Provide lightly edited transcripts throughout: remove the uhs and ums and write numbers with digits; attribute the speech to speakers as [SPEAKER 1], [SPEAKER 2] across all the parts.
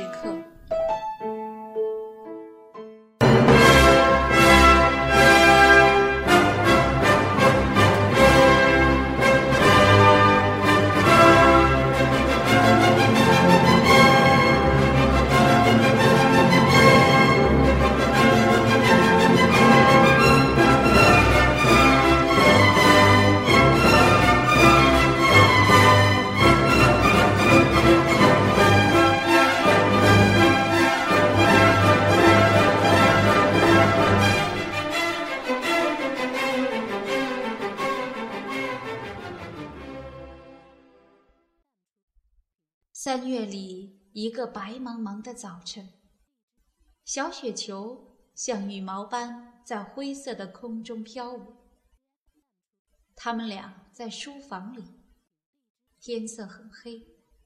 [SPEAKER 1] 时刻。3月里一个白茫茫的早晨，小雪球像羽毛般在灰色的空中飘舞。他们俩在书房里，天色很黑。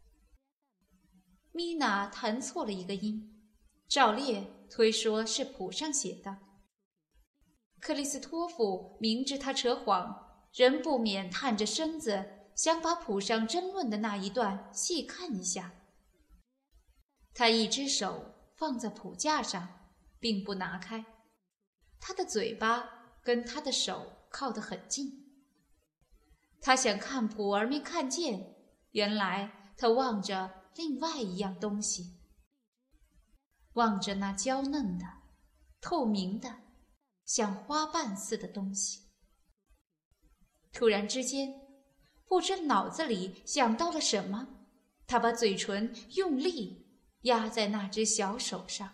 [SPEAKER 1] 米娜弹错了一个音，照列推说是谱上写的。克里斯托弗明知他扯谎，仍不免探着身子，想把谱上争论的那一段细看一下。他一只手放在谱架上，并不拿开，他的嘴巴跟他的手靠得很近。他想看谱而没看见，原来他望着另外一样东西，望着那娇嫩的、透明的、像花瓣似的东西。突然之间，不知脑子里想到了什么，他把嘴唇用力压在那只小手上。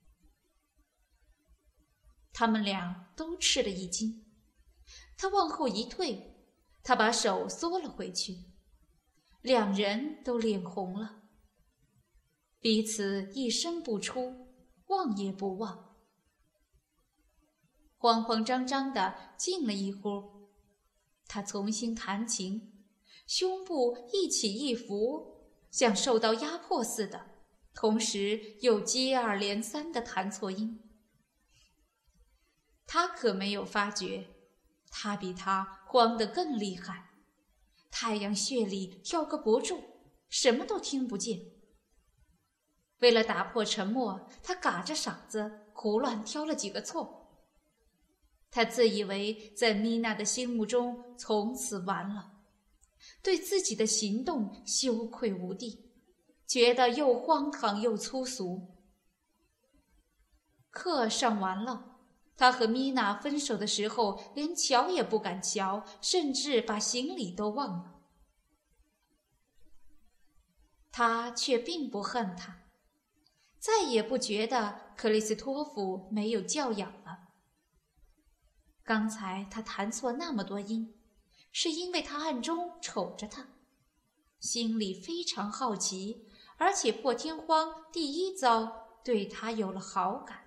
[SPEAKER 1] 他们俩都吃了一惊，他往后一退，他把手缩了回去，两人都脸红了，彼此一声不出，望也不望。慌慌张张地静了一会儿，他重新弹琴，胸部一起一伏，像受到压迫似的，同时又接二连三地弹错音。他可没有发觉，他比他慌得更厉害，太阳穴里跳个不住，什么都听不见。为了打破沉默，他嘎着嗓子胡乱挑了几个错。他自以为在妮娜的心目中从此完了，对自己的行动羞愧无地，觉得又荒唐又粗俗。课上完了，他和米娜分手的时候连瞧也不敢瞧，甚至把行李都忘了。他却并不恨他，再也不觉得克里斯托弗没有教养了。刚才他弹错那么多音，是因为他暗中瞅着他，心里非常好奇，而且破天荒第一遭对他有了好感。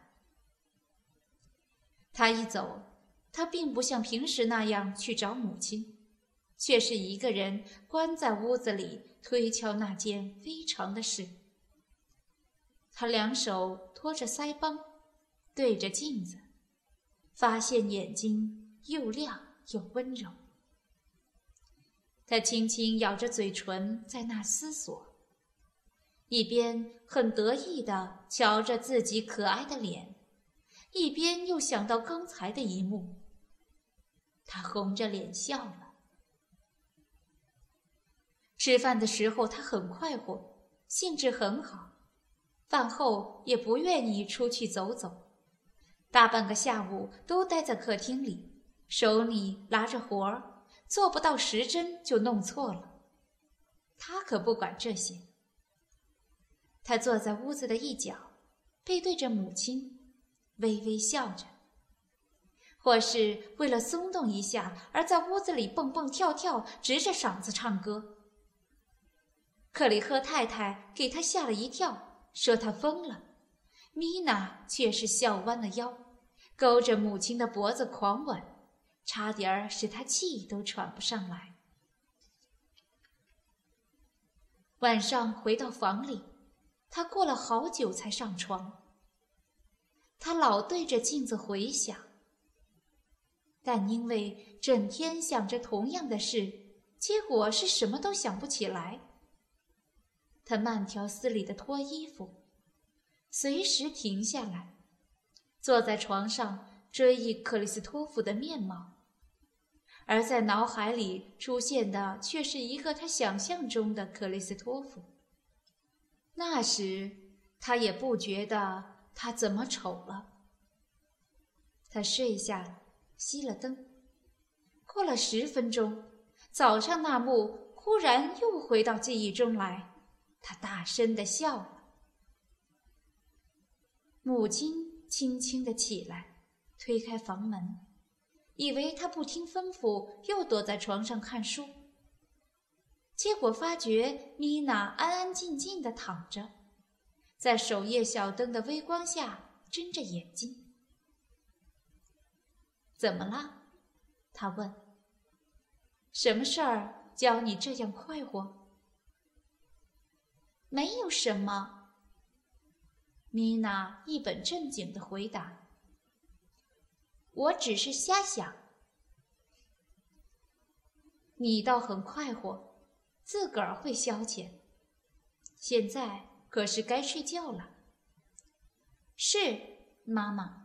[SPEAKER 1] 他一走，他并不像平时那样去找母亲，却是一个人关在屋子里推敲那件非常的事。他两手托着腮帮，对着镜子，发现眼睛又亮又温柔。他轻轻咬着嘴唇，在那思索，一边很得意地瞧着自己可爱的脸，一边又想到刚才的一幕。他红着脸笑了。吃饭的时候他很快活，兴致很好，饭后也不愿意出去走走，大半个下午都待在客厅里，手里拿着活儿，做不到10针就弄错了。他可不管这些。他坐在屋子的一角，背对着母亲，微微笑着，或是为了松动一下而在屋子里蹦蹦跳跳，直着嗓子唱歌。克里赫太太给他吓了一跳，说他疯了。米娜却是笑弯了腰，勾着母亲的脖子狂吻，差点使他气都喘不上来。晚上回到房里，他过了好久才上床。他老对着镜子回想，但因为整天想着同样的事，结果是什么都想不起来。他慢条斯理地脱衣服， 随时停下来，坐在床上追忆克里斯托弗的面貌，而在脑海里出现的却是一个他想象中的克里斯托弗。那时他也不觉得他怎么丑了。他睡下了，熄了灯。过了10分钟，早上那幕忽然又回到记忆中来，他大声地笑了。母亲轻轻地起来，推开房门，以为他不听吩咐，又躲在床上看书。结果发觉米娜安安静静地躺着，在守夜小灯的微光下睁着眼睛。怎么了？他问。什么事儿教你这样快活？没有什么。米娜一本正经地回答。我只是瞎想。你倒很快活，自个儿会消遣。现在可是该睡觉了。是，妈妈。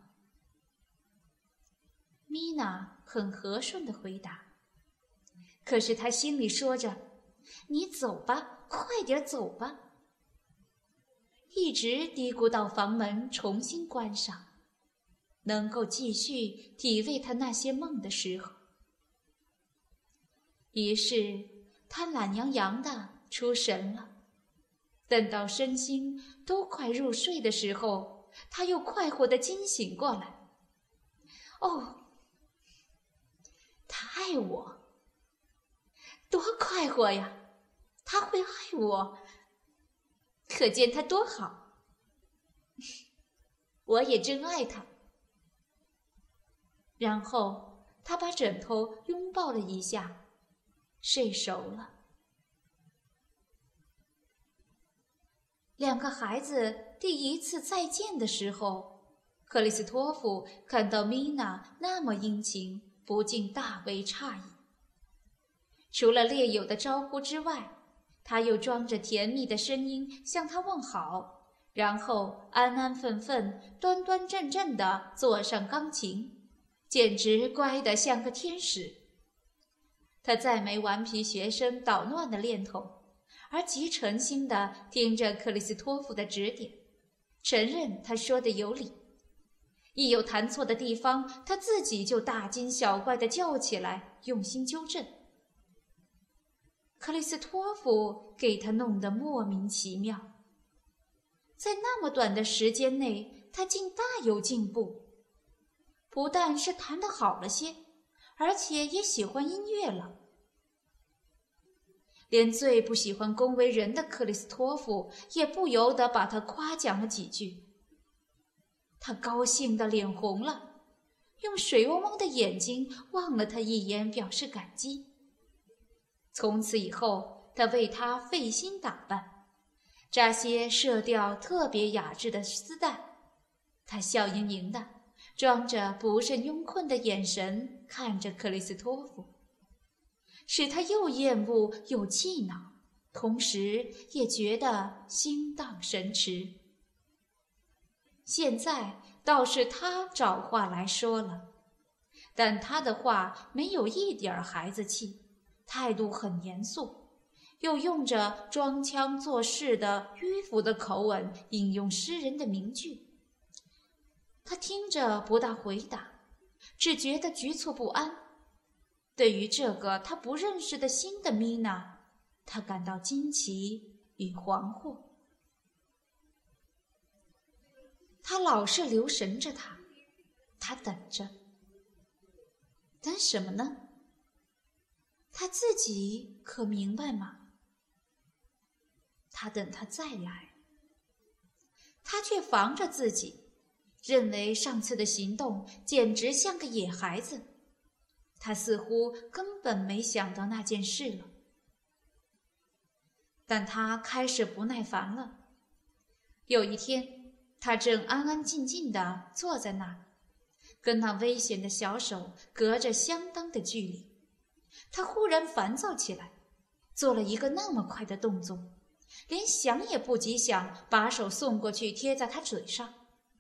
[SPEAKER 1] 米娜很和顺地回答。可是她心里说着：“你走吧，快点走吧。”一直嘀咕到房门重新关上，能够继续体味他那些梦的时候。于是他懒洋洋地出神了。等到身心都快入睡的时候，他又快活地惊醒过来。哦，他爱我，多快活呀！他会爱我，可见他多好。我也真爱他。然后他把枕头拥抱了一下，睡熟了。2个孩子第一次再见的时候，克里斯托弗看到米娜那么殷勤，不禁大为诧异。除了烈友的招呼之外，他又装着甜蜜的声音向她问好，然后安安分分、端端正正地坐上钢琴，简直乖得像个天使。他再没顽皮学生捣乱的念头，而极诚心地听着克里斯托弗的指点，承认他说的有理。一有弹错的地方，他自己就大惊小怪地叫起来，用心纠正。克里斯托弗给他弄得莫名其妙。在那么短的时间内，他竟大有进步，不但是弹得好了些，而且也喜欢音乐了。连最不喜欢恭维人的克里斯托弗也不由得把他夸奖了几句。他高兴得脸红了，用水汪汪的眼睛望了他一眼，表示感激。从此以后，他为他费心打扮，扎些色调特别雅致的丝带。他笑盈盈的，装着不甚慵困的眼神看着克里斯托弗，使他又厌恶又气恼，同时也觉得心荡神驰。现在倒是他找话来说了，但他的话没有一点孩子气，态度很严肃，又用着装腔作势的迂腐的口吻引用诗人的名句。他听着不大回答，只觉得局促不安。对于这个他不认识的新的米娜，他感到惊奇与惶惑。他老是留神着他，他等着。等什么呢？他自己可明白吗？他等他再来。他却防着自己，认为上次的行动简直像个野孩子。他似乎根本没想到那件事了。但他开始不耐烦了。有一天，他正安安静静地坐在那儿，跟那危险的小手隔着相当的距离。他忽然烦躁起来，做了一个那么快的动作， 连想也不及想，把手送过去贴在他嘴上。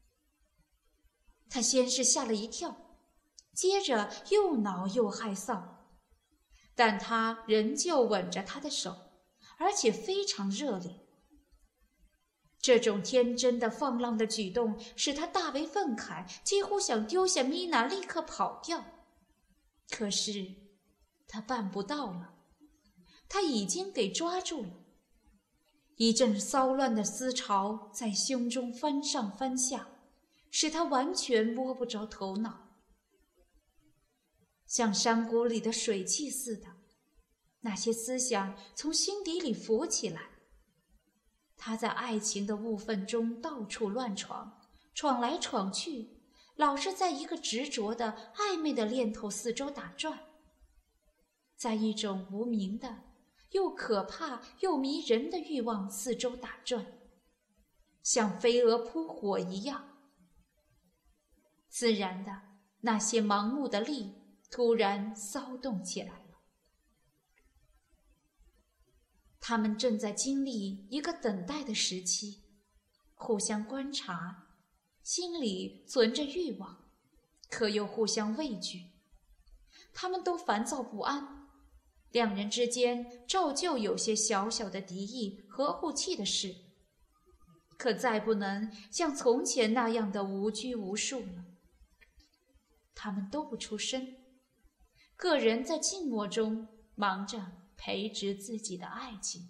[SPEAKER 1] 他先是吓了一跳，接着又恼又害臊，但他仍旧吻着他的手，而且非常热烈。这种天真的放浪的举动使他大为愤慨，几乎想丢下米娜立刻跑掉。可是他办不到了，他已经给抓住了。一阵骚乱的思潮在胸中翻上翻下，使他完全摸不着头脑，像山谷里的水汽似的，那些思想从心底里浮起来。他在爱情的雾氛中到处乱闯，闯来闯去，老是在一个执着的暧昧的念头四周打转，在一种无名的又可怕又迷人的欲望四周打转，像飞蛾扑火一样。自然的，那些盲目的力突然骚动起来了。他们正在经历一个等待的时期，互相观察，心里存着欲望，可又互相畏惧。他们都烦躁不安，两人之间照旧有些小小的敌意、合乎气的事，可再不能像从前那样的无拘无束了。他们都不出声，个人在静默中忙着培植自己的爱情。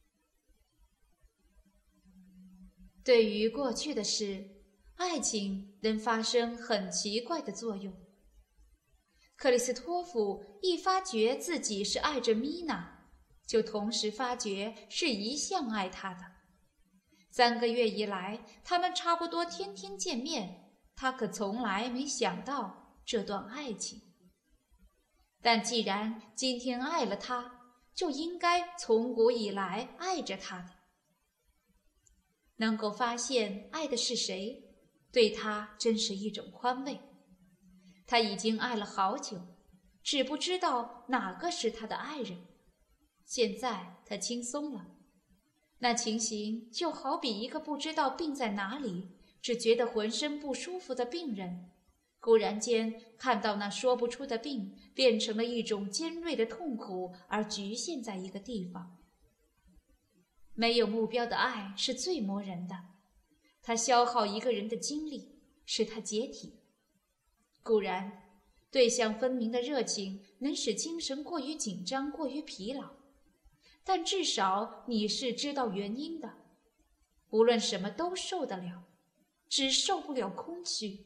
[SPEAKER 1] 对于过去的事，爱情能发生很奇怪的作用。克里斯托弗一发觉自己是爱着米娜，就同时发觉是一向爱她的。3个月以来，他们差不多天天见面，他可从来没想到这段爱情。但既然今天爱了他，就应该从古以来爱着他的。能够发现爱的是谁，对他真是一种宽慰。他已经爱了好久，只不知道哪个是他的爱人。现在他轻松了，那情形就好比一个不知道病在哪里，只觉得浑身不舒服的病人，忽然间看到那说不出的病变成了一种尖锐的痛苦，而局限在一个地方。没有目标的爱是最磨人的，它消耗一个人的精力，使他解体。固然，对象分明的热情能使精神过于紧张、过于疲劳，但至少你是知道原因的。无论什么都受得了，只受不了空虚。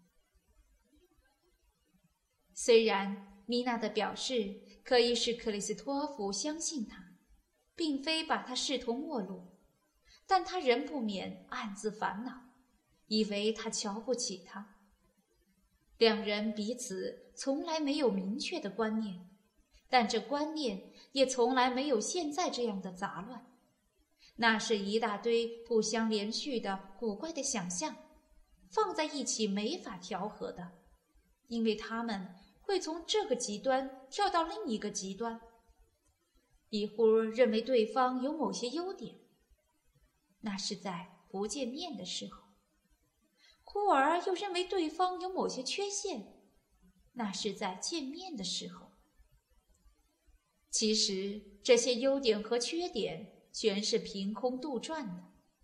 [SPEAKER 1] 虽然米娜的表示可以使克里斯托弗相信他，并非把他视同陌路，但他仍不免暗自烦恼，以为他瞧不起他。两人彼此从来没有明确的观念，但这观念也从来没有现在这样的杂乱。那是一大堆不相连续的古怪的想象，放在一起没法调和的，因为他们会从这个极端跳到另一个极端。一会儿认为对方有某些优点，那是在不见面的时候；忽而又认为对方有某些缺陷，那是在见面的时候。其实这些优点和缺点全是凭空杜撰的。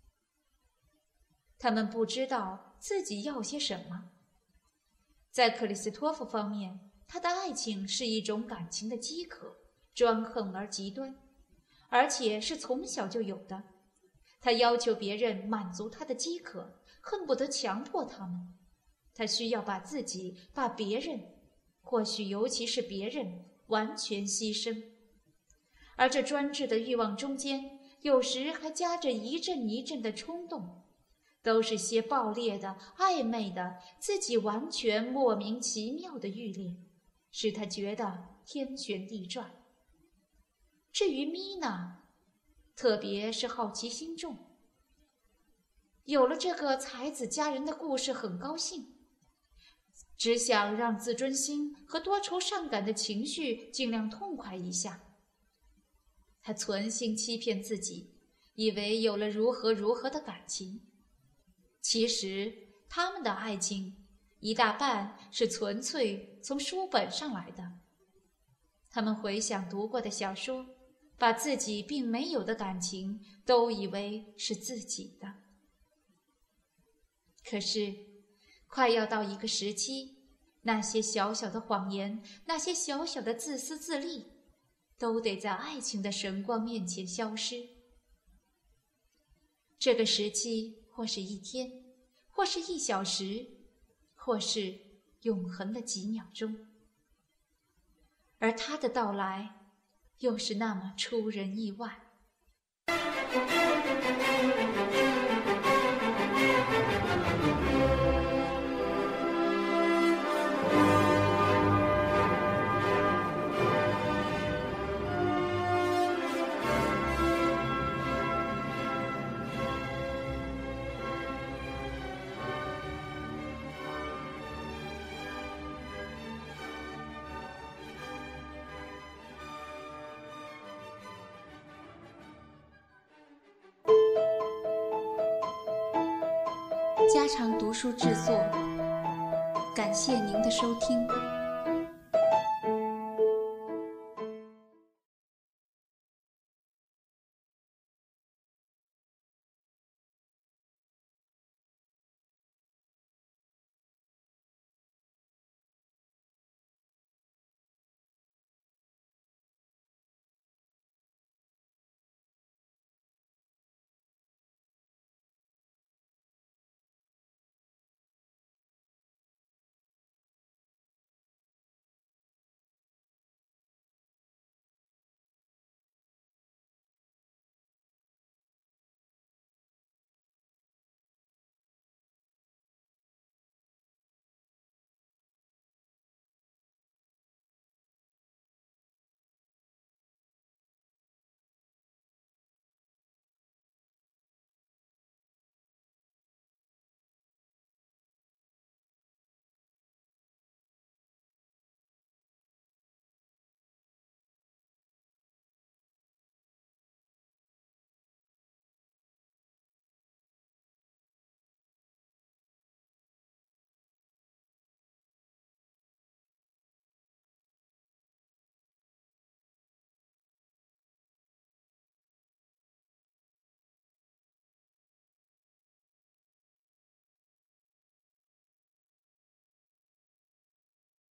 [SPEAKER 1] 他们不知道自己要些什么。在克里斯托弗方面，他的爱情是一种感情的饥渴，专横而极端，而且是从小就有的。他要求别人满足他的饥渴，恨不得强迫他们。他需要把自己、把别人，或许尤其是别人，完全牺牲。而这专制的欲望中间，有时还夹着一阵一阵的冲动，都是些暴烈的、暧昧的、自己完全莫名其妙的欲恋，使他觉得天旋地转。至于米娜，特别是好奇心重，有了这个才子佳人的故事很高兴，只想让自尊心和多愁善感的情绪尽量痛快一下。他存心欺骗自己， 以为有了如何如何的感情。其实他们的爱情一大半是纯粹从书本上来的。他们回想读过的小说，把自己并没有的感情都以为是自己的。可是快要到一个时期，那些小小的谎言，那些小小的自私自利，都得在爱情的神光面前消失。这个时期或是一天，或是1小时，或是永恒的几秒钟，而它的到来又是那么出人意外。家常读书制作，感谢您的收听。